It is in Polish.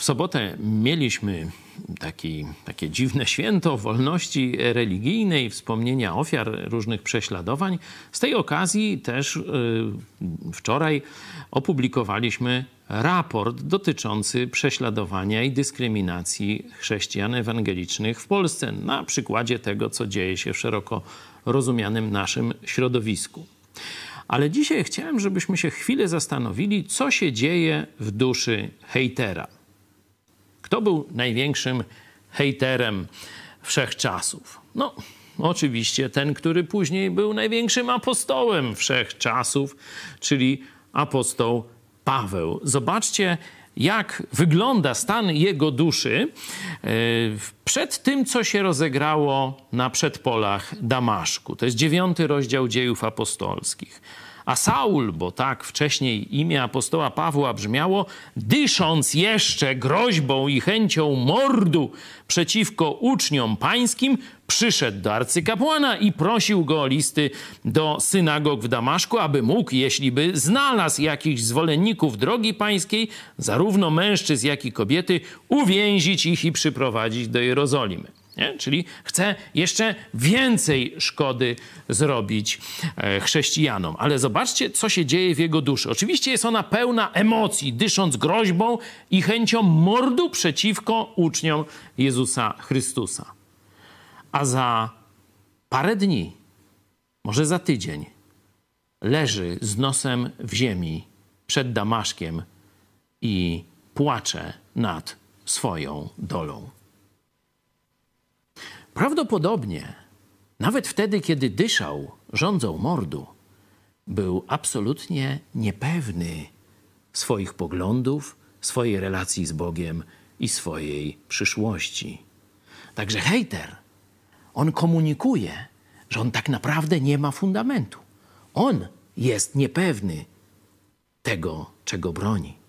W sobotę mieliśmy takie dziwne święto wolności religijnej, wspomnienia ofiar różnych prześladowań. Z tej okazji też wczoraj opublikowaliśmy raport dotyczący prześladowania i dyskryminacji chrześcijan ewangelicznych w Polsce na przykładzie tego, co dzieje się w szeroko rozumianym naszym środowisku. Ale dzisiaj chciałem, żebyśmy się chwilę zastanowili, co się dzieje w duszy hejtera. Kto był największym hejterem wszechczasów? No, oczywiście ten, który później był największym apostołem wszechczasów, czyli apostoł Paweł. Zobaczcie, jak wygląda stan jego duszy przed tym, co się rozegrało na przedpolach Damaszku. To jest 9 rozdział Dziejów Apostolskich. A Saul, bo tak wcześniej imię apostoła Pawła brzmiało, dysząc jeszcze groźbą i chęcią mordu przeciwko uczniom pańskim, przyszedł do arcykapłana i prosił go o listy do synagog w Damaszku, aby mógł, jeśli by znalazł jakichś zwolenników drogi pańskiej, zarówno mężczyzn, jak i kobiety, uwięzić ich i przyprowadzić do Jerozolimy. Nie? Czyli chce jeszcze więcej szkody zrobić chrześcijanom. Ale zobaczcie, co się dzieje w jego duszy. Oczywiście jest ona pełna emocji, dysząc groźbą i chęcią mordu przeciwko uczniom Jezusa Chrystusa. A za parę dni, może za tydzień, leży z nosem w ziemi przed Damaszkiem i płacze nad swoją dolą. Prawdopodobnie, nawet wtedy, kiedy dyszał żądzą mordu, był absolutnie niepewny swoich poglądów, swojej relacji z Bogiem i swojej przyszłości. Także hejter, on komunikuje, że on tak naprawdę nie ma fundamentu. On jest niepewny tego, czego broni.